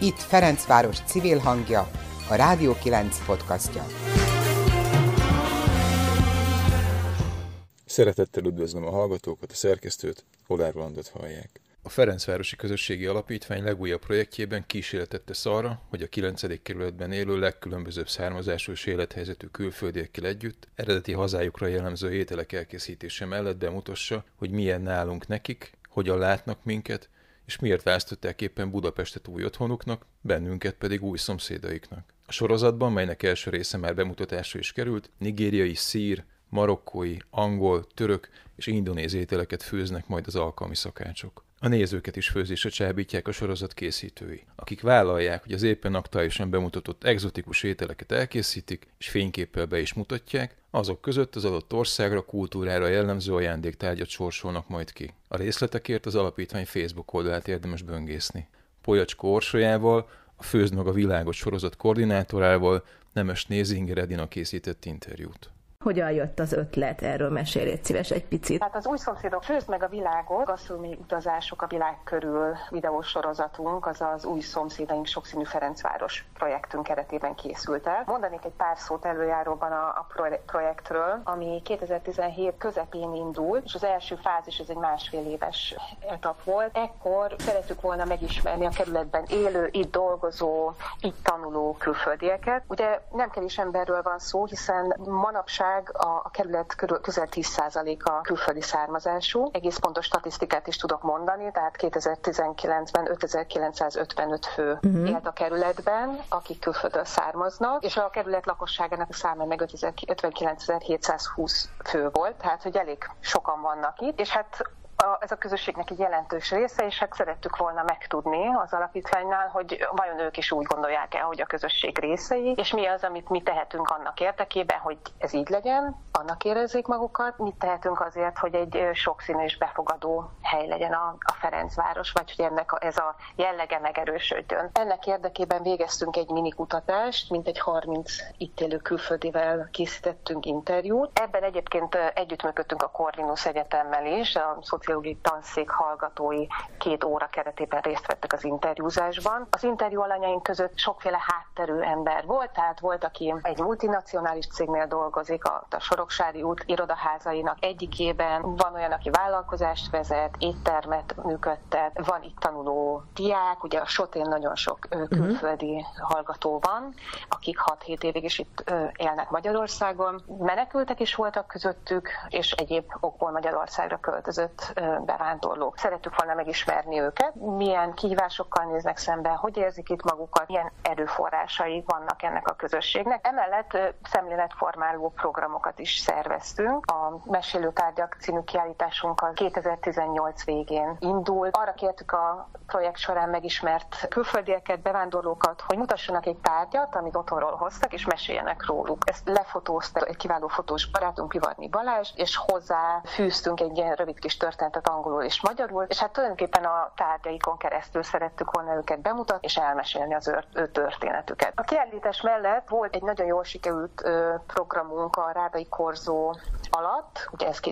Itt Ferencváros civil hangja, a Rádió 9 podcastja. Szeretettel üdvözlöm a hallgatókat, a szerkesztőt, Ollár Rolandot hallják. A Ferencvárosi Közösségi Alapítvány legújabb projektjében kísérletet tesz arra, hogy a 9. kerületben élő legkülönbözőbb származású és élethelyzetű külföldiekkel együtt eredeti hazájukra jellemző ételek elkészítése mellett bemutassa, hogy milyen nálunk nekik, hogyan látnak minket, és miért választották éppen Budapestet új otthonuknak, bennünket pedig új szomszédaiknak. A sorozatban, melynek első része már bemutatásra is került, nigériai, szír, marokkói, angol, török és indonéz ételeket főznek majd az alkalmi szakácsok. A nézőket is főzésre csábítják a sorozat készítői, akik vállalják, hogy az éppen aktuálisan bemutatott egzotikus ételeket elkészítik, és fényképpel be is mutatják, azok között az adott országra, kultúrára jellemző ajándéktárgyat sorsolnak majd ki. A részletekért az alapítvány Facebook oldalát érdemes böngészni. Polyacska Orsolyával, a Főzd meg a világot sorozat koordinátorával, Nemesné Zinger Edina készített interjút. Hogyan jött az ötlet? Erről mesélj, légy szíves egy picit. Hát az Új szomszédok Főzd meg a világot, gasztronómiai utazások a világ körül videós sorozatunk, az az Új szomszédaink sokszínű Ferencváros projektünk keretében készült el. Mondanék egy pár szót előjáróban a projektről, ami 2017 közepén indult, és az első fázis ez egy másfél éves etap volt. Ekkor szerettük volna megismerni a kerületben élő, itt dolgozó, itt tanuló külföldieket. Ugye nem kevés emberről van szó, hiszen manapság a kerület közel 10%-a külföldi származású. Egész pontos statisztikát is tudok mondani, tehát 2019-ben 5955 fő élt a kerületben, akik külföldről származnak, és a kerület lakosságának a száma meg 59.720 fő volt, tehát hogy elég sokan vannak itt, és hát ez a közösségnek egy jelentős része, és hát szerettük volna megtudni az alapítványnál, hogy vajon ők is úgy gondolják el, hogy a közösség részei, és mi az, amit mi tehetünk annak érdekében, hogy ez így legyen, annak érezzék magukat, mit tehetünk azért, hogy egy sokszínű és befogadó hely legyen a Ferencváros, vagy hogy ez a jellege megerősödjön. Ennek érdekében végeztünk egy minikutatást, mintegy 30 itt élő külföldivel készítettünk interjút. Ebben egyébként együttműködtünk a Corvinus Egyetemmel is, a szociológiai tanszék hallgatói 2 óra keretében részt vettek az interjúzásban. Az interjú alanyaink között sokféle hátterű ember volt, tehát volt, aki egy multinacionális cégnél dolgozik, a Soroksári út irodaházainak egyikében, van olyan, aki vállalkozást vezet, éttermet működtet, van itt tanuló diák, ugye a SOT-én nagyon sok külföldi hallgató van, akik 6-7 évig is itt élnek Magyarországon. Menekültek is voltak közöttük, és egyéb okból Magyarországra költözött bevándorlók. Szerettük volna megismerni őket, milyen kihívásokkal néznek szembe, hogy érzik itt magukat, milyen erőforrásai vannak ennek a közösségnek. Emellett szemléletformáló programokat is szerveztünk. A Mesélőtárgyak című kiállításunkkal 2018 végén indult. Arra kértük a projekt során megismert külföldieket, bevándorlókat, hogy mutassanak egy tárgyat, amit otthonról hoztak, és meséljenek róluk. Ezt lefotózta egy kiváló fotós barátunk, Pivarni Balázs, és hozzá fűztünk egy ilyen rövid kis történetet angolul és magyarul, és hát tulajdonképpen a tárgyaikon keresztül szerettük volna őket bemutatni, és elmesélni az ő történetüket. A kiállítás mellett volt egy nagyon jól sikerült programunk a Rádai Korzó alatt, ugye ez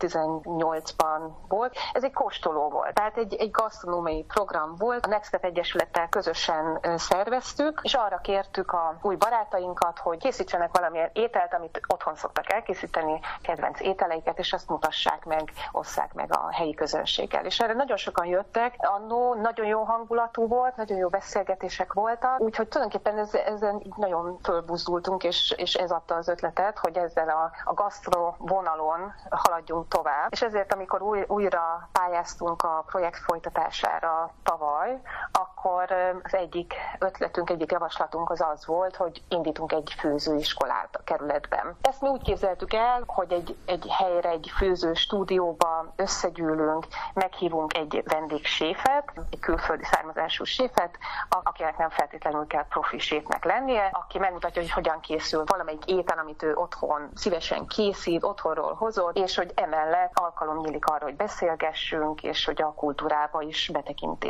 2018-ban volt, ez egy kóstoló volt, tehát egy gasztronómiai program volt, a Next Step Egyesülettel közösen szerveztük, és arra kértük a új barátainkat, hogy készítsenek valamilyen ételt, amit otthon szoktak elkészíteni, kedvenc ételeiket, és azt mutassák meg, osszák meg a helyi közönséggel. És erre nagyon sokan jöttek, annó nagyon jó hangulatú volt, nagyon jó beszélgetések voltak, úgyhogy tulajdonképpen ezen nagyon fölbuzdultunk, és ez adta az ötletet, hogy ezzel a gasztro vonalon haladjunk tovább. És ezért, amikor újra pályáztunk a projekt folytatására tavaly, akkor az egyik ötletünk, egyik javaslatunk az volt, hogy indítunk egy főzőiskolát a kerületben. Ezt mi úgy képzeltük el, hogy egy helyre, egy főző stúdióba összegyűlünk, meghívunk egy vendégséfet, egy külföldi származású séfet, akinek nem feltétlenül kell profi séfnek lennie, aki megmutatja, hogy hogyan készül valamelyik étel, amit ő otthon szívesen készít, otthonról hozott, és hogy emellett alkalom nyílik arra, hogy beszélgessünk, és hogy a kultúrába is betekintést nyerjünk.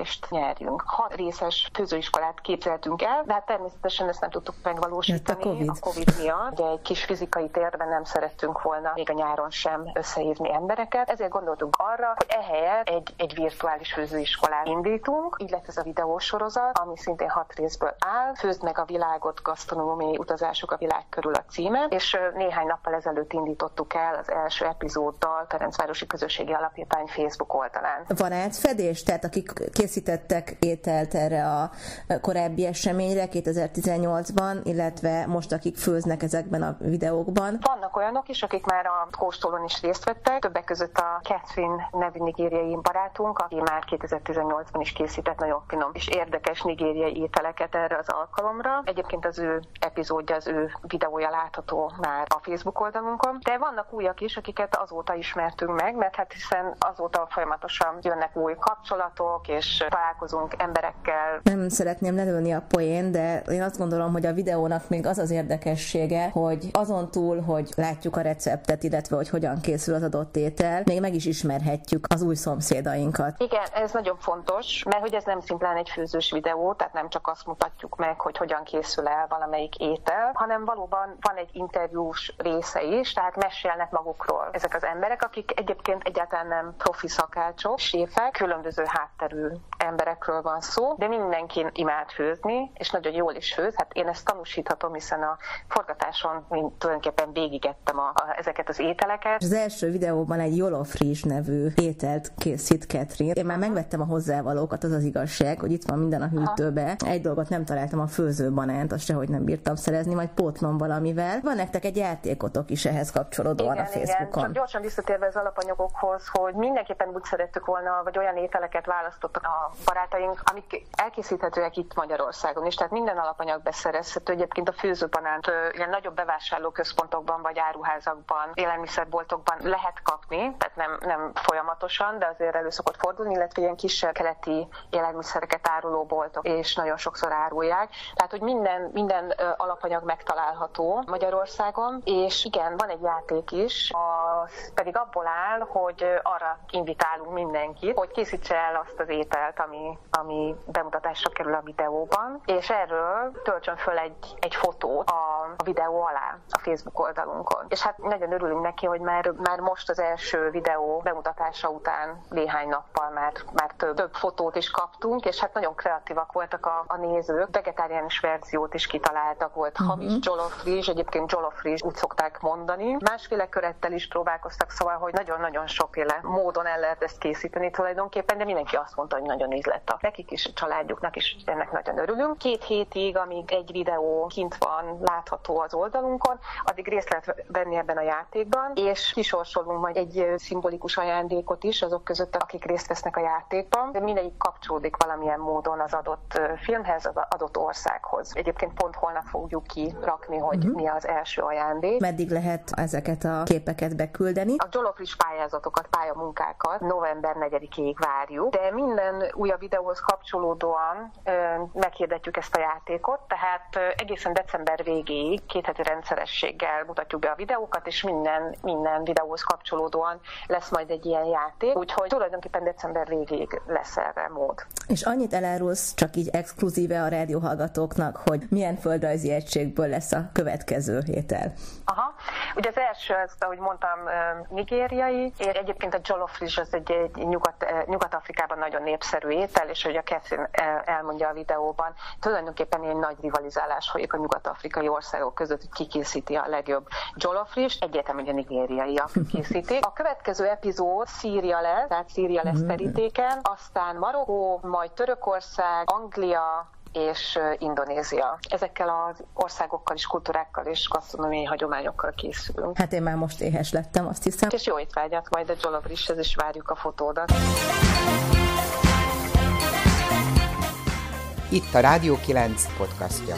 nyerjünk. 6 részes főzőiskolát képzeltünk el, de hát természetesen ezt nem tudtuk megvalósítani a Covid miatt. Ugye egy kis fizikai térben nem szerettünk volna még a nyáron sem összehívni embereket, ezért gondoltunk arra, hogy ehelyett egy virtuális főzőiskolát indítunk. Így lett ez a videósorozat, ami szintén 6 részből áll. Főzd meg a világot, gasztronómiai utazások a világ körül a címe, és néhány nappal ezelőtt indítottuk el az első epizóddal Ferencvárosi Közösségi Alapítvány Facebook oldalán. Van átfedés? Tehát akik készítettek ételt erre a korábbi eseményre 2018-ban, illetve most akik főznek ezekben a videókban? Vannak olyanok is, akik már a kóstolón is részt vettek, többek között a Catherine nevű nigériai barátunk, aki már 2018-ban is készített nagyon finom és érdekes nigériai ételeket erre az alkalomra. Egyébként az ő epizódja, az ő videója látható már a Facebook oldalunkon, de vannak újak is, akiket azóta ismertünk meg, mert hát hiszen azóta folyamatosan jönnek új kapcsolatok, és találkozunk emberekkel. Nem szeretném lelőni a poén, de én azt gondolom, hogy a videónak még az az érdekessége, hogy azon túl, hogy látjuk a receptet, illetve hogy hogyan készül az adott étel, még meg is ismerhetjük az új szomszédainkat. Igen, ez nagyon fontos, mert hogy ez nem szimplán egy főzős videó, tehát nem csak azt mutatjuk meg, hogy hogyan készül el valamelyik étel, hanem valóban van egy interjús része is, tehát mesélnek magukról ezek az emberek, akik egyébként egyáltalán nem profi szakácsok, séfek, különböző hátterű emberekről van szó, de mindenki imád főzni, és nagyon jól is főz. Hát én ezt tanúsíthatom, hiszen a forgatáson tulajdonképpen végigettem ezeket az ételeket. Az első videóban egy jolofrizs nevű ételt készít Catherine. Én már megvettem a hozzávalókat, az az igazság, hogy itt van minden a hűtőbe. Egy dolgot nem találtam, a főzőbanánt, azt sehogy nem bírtam szerezni, majd pótlom valamivel. Van nektek egy játékotok is ehhez kapcsolódóan a Facebookon. Igen. Csak gyorsan visszatérve az alapanyagokhoz, hogy mindenképpen úgy szerettük volna, vagy olyan ételeket választottak a barátaink, amik elkészíthetőek itt Magyarországon is, tehát minden alapanyag beszerezhető. Egyébként a főzőbanánt ilyen nagyobb bevásárlóközpontokban vagy áruházakban, élelmiszerboltokban lehet kapni, tehát nem folyamatosan, de azért elő szokott fordulni, illetve ilyen kisebb keleti élelmiszereket áruló boltok, és nagyon sokszor árulják. Tehát, hogy minden alapanyag megtalálható Magyarországon, és igen, van egy játék is, az pedig abból áll, hogy arra invitálunk mindenkit, hogy készítse el azt az ételt, ami bemutatásra kerül a videóban, és erről töltsön föl egy fotót a videó alá a Facebook oldalunkon. És hát nagyon örülünk neki, hogy már most az első videó bemutatása után néhány nappal már több fotót is kaptunk, és hát nagyon kreatívak voltak a nézők. Vegetáriánus verziót is kitaláltak, volt hamis jollof-rizs, egyébként jollof-rizs úgy szokták mondani. Másféle körettel is próbálkoztak, szóval, hogy nagyon-nagyon sokféle módon el lehet ezt készíteni tulajdonképpen, de mindenki azt mondta, hogy nagyon ízlett. Nekik is, a családjuknak is ennek nagyon örülünk. 2 hétig, amíg egy videó kint van, látható az oldalunkon, addig részt lehet venni ebben a játékban, és kisorsolunk majd egy szimbolikus ajándékot is azok között, akik részt vesznek a játékban, de mindegyik kapcsolódik valamilyen módon az adott filmhez, az adott országhoz. Egyébként pont holnap fogjuk kirakni, hogy mi az első ajándék. Meddig lehet ezeket a képeket beküldeni? A jollof-rizs pályázatokat, pályamunkákat november 4-ig várjuk, de minden újabb videóhoz kapcsolódóan meghirdetjük ezt a játékot, tehát egészen december végéig 2 heti rendszerességgel mutatjuk be a videókat, és minden videóhoz kapcsolódóan lesz majd egy ilyen játék, úgyhogy tulajdonképpen december végéig lesz erre mód. És annyit elárulsz csak így exkluzíve a rádióhallgatóknak, hogy milyen földrajzi egységből lesz a következő étel? Aha. Ugye az első, ezt, ahogy mondtam, nigériai, és egyébként a jollof-rizs az egy Nyugat-Afrikában nagyon népszerű étel, és hogy a Catherine elmondja a videóban, tulajdonképpen egy nagy rivalizálás folyik a nyugat-afrikai országok között, hogy ki készíti a legjobb jollof-rizs, egyértelműen, hogy a nigériaiak készítik. A következő epizód Szíria lesz, tehát Szíria lesz terítéken, aztán Marokkó, majd Törökország, Anglia, és Indonézia. Ezekkel az országokkal és kultúrákkal és gasztronómiai hagyományokkal készülünk. Hát én már most éhes lettem, azt hiszem. És jó étvágyat majd a jollof-rizshez, és várjuk a fotódat. Itt a Rádió 9 podcastja.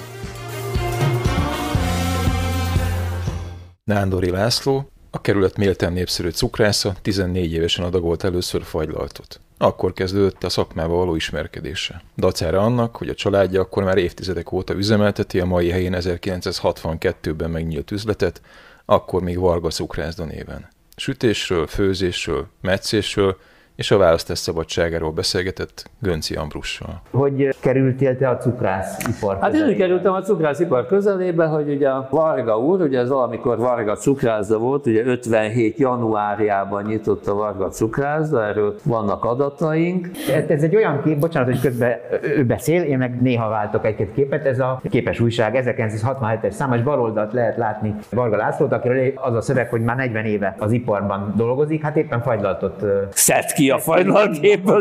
Nándori László, a kerület méltán népszerű cukrásza, 14 évesen adagolt először fagylaltot. Akkor kezdődött a szakmával való ismerkedése. Dacára annak, hogy a családja akkor már évtizedek óta üzemelteti a mai helyén 1962-ben megnyílt üzletet, akkor még Varga Cukrászda néven. Sütésről, főzésről, metszésről és a választás szabadságáról beszélgetett Gönczy Ambrussal. Hogy kerültél te a cukrászipar közelébe? Hát én kerültem a cukrászipar közelébe, hogy ugye a Varga úr, ugye ez valamikor Varga cukrászda volt, ugye 57 januárjában nyitott a Varga cukrászda, erről vannak adataink. Ez egy olyan kép, bocsánat, hogy közben ő beszél, én meg néha váltok egy-két képet, ez a Képes Újság 1967-es szám, és bal oldalt lehet látni Varga Lászlót, akiről az a szöveg, hogy már 40 éve az iparban dolgozik, hát éppen fagylaltot szed ki a fagylaltgépből,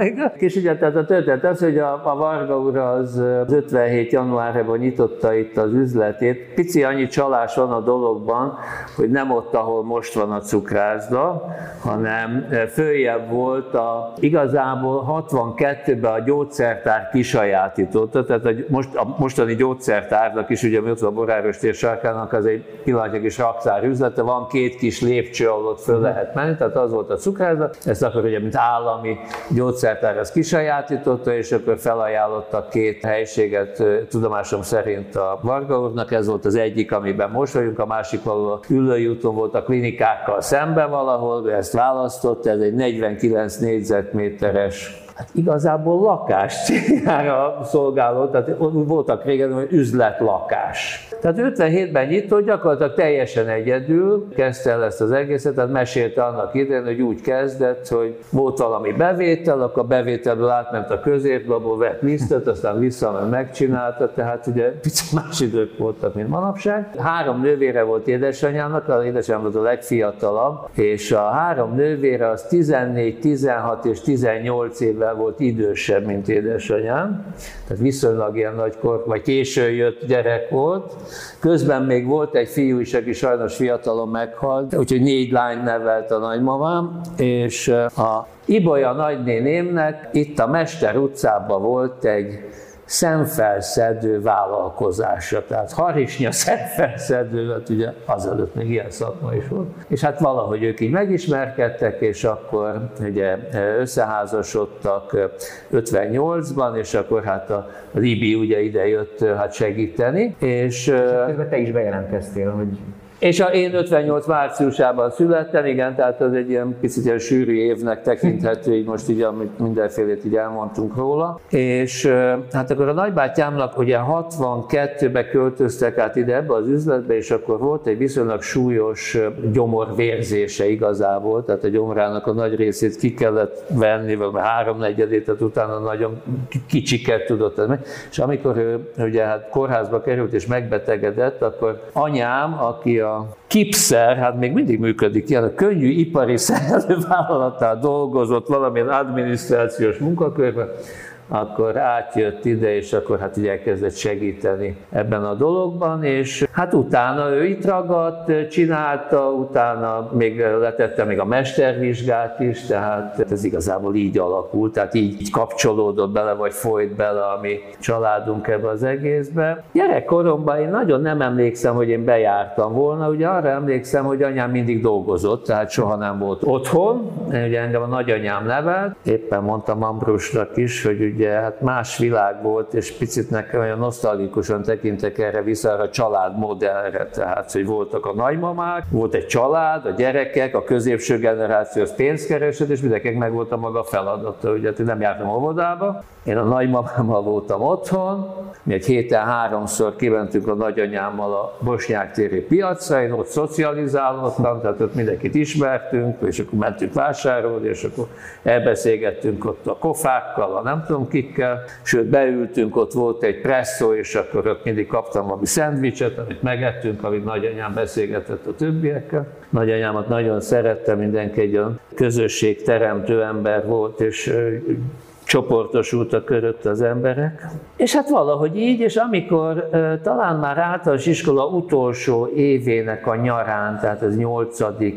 és ugye tehát a történet az, hogy a Varga úr az 57 januárjában nyitotta itt az üzletét. Pici annyi csalás van a dologban, hogy nem ott, ahol most van a cukrászda, hanem följebb volt igazából 62-ben a gyógyszertár kisajátította, tehát a mostani gyógyszertárnak is, ugye ott a Boráros tér sarkának az egy pillanatnyi kis raktár üzlete, van 2 kis lépcső, ahol ott föl lehet menni, tehát az volt a cukrászda, ezt akkor ugye, mint állami gyógyszertár, az kisajátította, és akkor felajánlottak 2 helységet tudomásom szerint a Varga úrnak, ez volt az egyik, amiben most vagyunk, a másik valahol Üllői úton volt a klinikákkal szemben valahol, ezt választott, ez egy 49 négyzetméteres, hát igazából lakás céljára szolgáló, tehát voltak régen, hogy üzletlakás. Tehát 57-ben nyitott, gyakorlatilag teljesen egyedül kezdte el ezt az egészet, tehát mesélte annak idején, hogy úgy kezdett, hogy volt valami bevétel, akkor a bevételből átment a középblabból, vett lisztet, aztán visszament, megcsinálta, tehát ugye picit más idők voltak, mint manapság. 3 nővére volt édesanyának, az édesanyám volt a legfiatalabb, és a 3 nővére az 14, 16 és 18 évvel volt idősebb, mint édesanyám, tehát viszonylag ilyen nagykor, vagy későn jött gyerek volt. Közben még volt egy fiú is, aki sajnos fiatalon meghalt, úgyhogy 4 lány nevelt a nagymamám, és a Ibolya nagynénémnek itt a Mester utcában volt egy szemfelszedő vállalkozása, tehát harisnya szemfelszedő, hát ugye azelőtt még ilyen szakma is volt. És hát valahogy ők így megismerkedtek, és akkor ugye összeházasodtak 58-ban, és akkor hát az Ibi ugye ide jött hát segíteni. És közben te is bejelentkeztél, hogy... És én 58 márciusában születtem, igen, tehát az egy ilyen picit ilyen sűrű évnek tekinthető, így most így, amit mindenfélét így elmondtunk róla. És hát akkor a nagybátyámnak ugye 62-ben költöztek át ide ebbe az üzletbe, és akkor volt egy viszonylag súlyos gyomorvérzése igazából, tehát a gyomrának a nagy részét ki kellett venni, vagy 3/4-ét, tehát utána nagyon kicsiket tudott tenni. És amikor ő ugye hát kórházba került és megbetegedett, akkor anyám, aki a Kipszer, hát még mindig működik ilyen, a könnyű ipari szerelővállalatnál dolgozott valamilyen adminisztrációs munkakörben, akkor átjött ide, és akkor hát ugye elkezdett segíteni ebben a dologban, és hát utána ő itt ragadt, csinálta, utána még letette még a mestervizsgát is, tehát ez igazából így alakult, tehát így kapcsolódott bele, vagy folyt bele a mi családunk ebbe az egészbe. Gyerekkoromban én nagyon nem emlékszem, hogy én bejártam volna, ugye arra emlékszem, hogy anyám mindig dolgozott, tehát soha nem volt otthon, ugye engem a nagyanyám nevelt, éppen mondtam Ambrusnak is, hogy ugye hát más világ volt, és picit nekem olyan nosztalgikusan tekintek erre vissza, a családmodellre, tehát hogy voltak a nagymamák, volt egy család, a gyerekek, a középső generáció az pénzt keresett, és mindenkinek meg volt a maga feladata, ugye hát én nem jártam óvodába, én a nagymamámmal voltam otthon, mi egy héten 3-szor kimentünk a nagyanyámmal a Bosnyák téri piacra, én ott szocializálódtam, tehát ott mindenkit ismertünk, és akkor mentünk vásárolni, és akkor elbeszélgettünk ott a kofákkal, a nem tudom kikkel, sőt beültünk, ott volt egy presszó, és akkor ott mindig kaptam valami szendvicset, amit megettünk, amíg nagyanyám beszélgetett a többiekkel. Nagyanyámat nagyon szerettem, mindenki egy olyan közösségteremtő ember volt, és csoportosultak körött az emberek. És hát valahogy így, és amikor talán már általános iskola utolsó évének a nyarán, tehát az 8.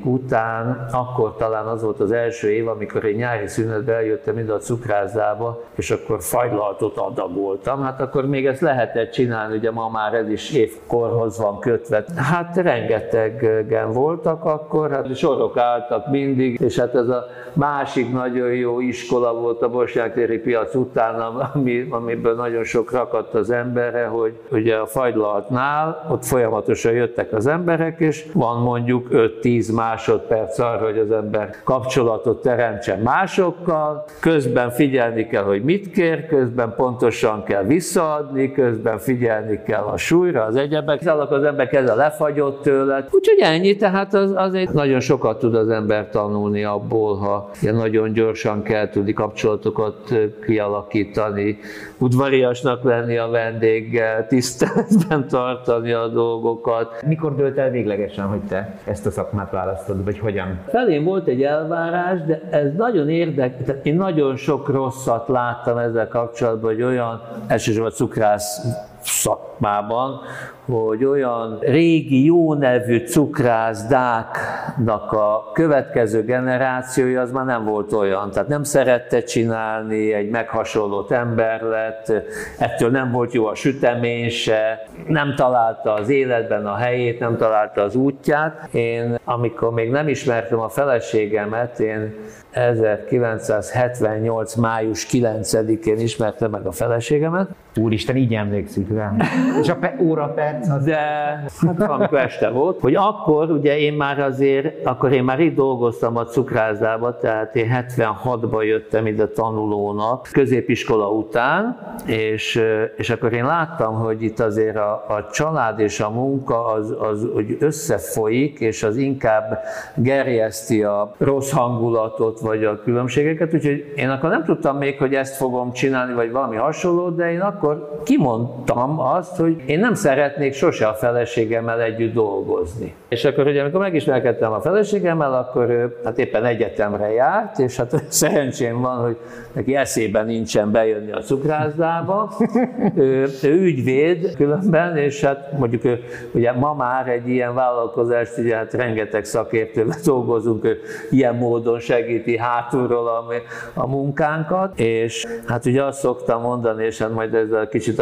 után, akkor talán az volt az első év, amikor egy nyári szünetbe eljöttem ide a cukrászdába, és akkor fagylaltot adagoltam. Hát akkor még ezt lehetett csinálni, ugye ma már ez is évkorhoz van kötve. Hát rengetegen voltak akkor, hát sorok álltak mindig, és hát ez a másik nagyon jó iskola volt a Bosnyák szabadtéri piac után, amiből nagyon sok rakadt az emberre, hogy ugye a fagylaltnál ott folyamatosan jöttek az emberek, és van mondjuk 5-10 másodperc arra, hogy az ember kapcsolatot teremtsen másokkal, közben figyelni kell, hogy mit kér, közben pontosan kell visszaadni, közben figyelni kell a súlyra, az egyebek, az ember keze lefagyott tőle. Úgyhogy ennyi, tehát azért nagyon sokat tud az ember tanulni abból, ha nagyon gyorsan kell tudni kapcsolatokat kialakítani, udvariasnak lenni a vendéggel, tiszteletben tartani a dolgokat. Mikor dőlt el véglegesen, hogy te ezt a szakmát választod, vagy hogyan? Felém volt egy elvárás, de ez nagyon érdekes. Én nagyon sok rosszat láttam ezzel kapcsolatban, hogy olyan, elsősorban cukrász szakmában, hogy olyan régi, jó nevű cukrászdáknak a következő generációja az már nem volt olyan. Tehát nem szerette csinálni, egy meghasonlott ember lett, ettől nem volt jó a sütemény se, nem találta az életben a helyét, nem találta az útját. Én, amikor még nem ismertem a feleségemet, én 1978. május 9-én ismertem meg a feleségemet. Úristen, így emlékszik rá. És a óraperc az... De hát amikor este volt, hogy akkor ugye én már itt dolgoztam a cukrászdában, tehát én 76-ban jöttem ide tanulónak, középiskola után, és akkor én láttam, hogy itt azért a család és a munka az hogy összefolyik, és az inkább gerjeszti a rossz hangulatot, vagy a különbségeket, úgyhogy én akkor nem tudtam még, hogy ezt fogom csinálni, vagy valami hasonlót, de én akkor kimondtam azt, hogy én nem szeretnék sose a feleségemmel együtt dolgozni. És akkor ugye, amikor megismerkedtem a feleségemmel, akkor ő hát éppen egyetemre járt, és hát szerencsém van, hogy neki eszében nincsen bejönni a cukrászdába. Ő ügyvéd különben, és hát mondjuk ugye ma már egy ilyen vállalkozást, ugye hát rengeteg szakértővel dolgozunk, ő ilyen módon segíti hátulról a munkánkat, és hát ugye azt szoktam mondani, és hát majd ez a kicsit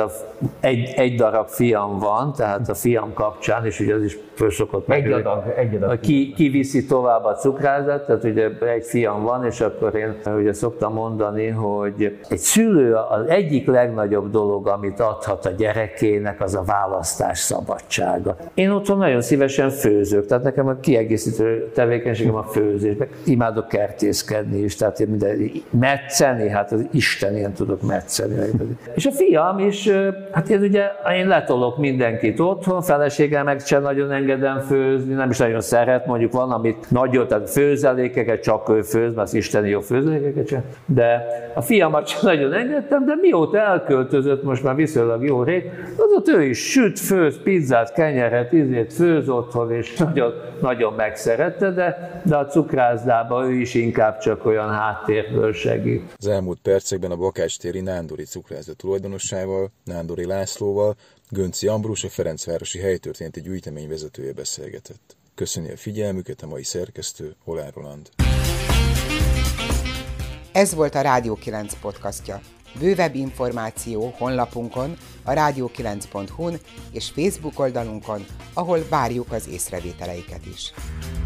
egy darab fiam van, tehát a fiam kapcsán, és ugye az is föl szokott egy adag. Ki viszi tovább a cukrázat, tehát ugye egy fiam van, és akkor én ugye szoktam mondani, hogy egy szülő az egyik legnagyobb dolog, amit adhat a gyerekének, az a választás szabadsága. Én otthon nagyon szívesen főzök, tehát nekem a kiegészítő tevékenységem a főzés, meg imádok kertészkedni is, tehát én metszeni, hát az Isten, én tudok metszeni. És a fiam is, hát én letolok mindenkit otthon, feleségem meg sem nagyon engedem főzni, nem is nagyon szeret, mondjuk van, amit nagyon, tehát főzelékeket csak ő főz, mert az isteni jó főzelékeket sem, de a fiamat sem nagyon engedtem, de mióta elköltözött, most már viszonylag jó rég, azóta ő is süt, főz, pizzát, kenyeret, főz otthon, és nagyon, nagyon megszerette, de a cukrászdában ő is inkább csak olyan háttérből segít. Az elmúlt percekben a Bakács-téri Nándori cukrászda tulajdonosával, Nándori Lászlóval, Gönczy Ambrus, a Ferencvárosi helytörténeti gyűjtemény vezetője beszélgetett. Köszöni a figyelmüket a mai szerkesztő, Oláh Roland. Ez volt a Rádió 9 podcastja. Bővebb információ honlapunkon, a rádió9.hu-n és Facebook oldalunkon, ahol várjuk az észrevételeiket is.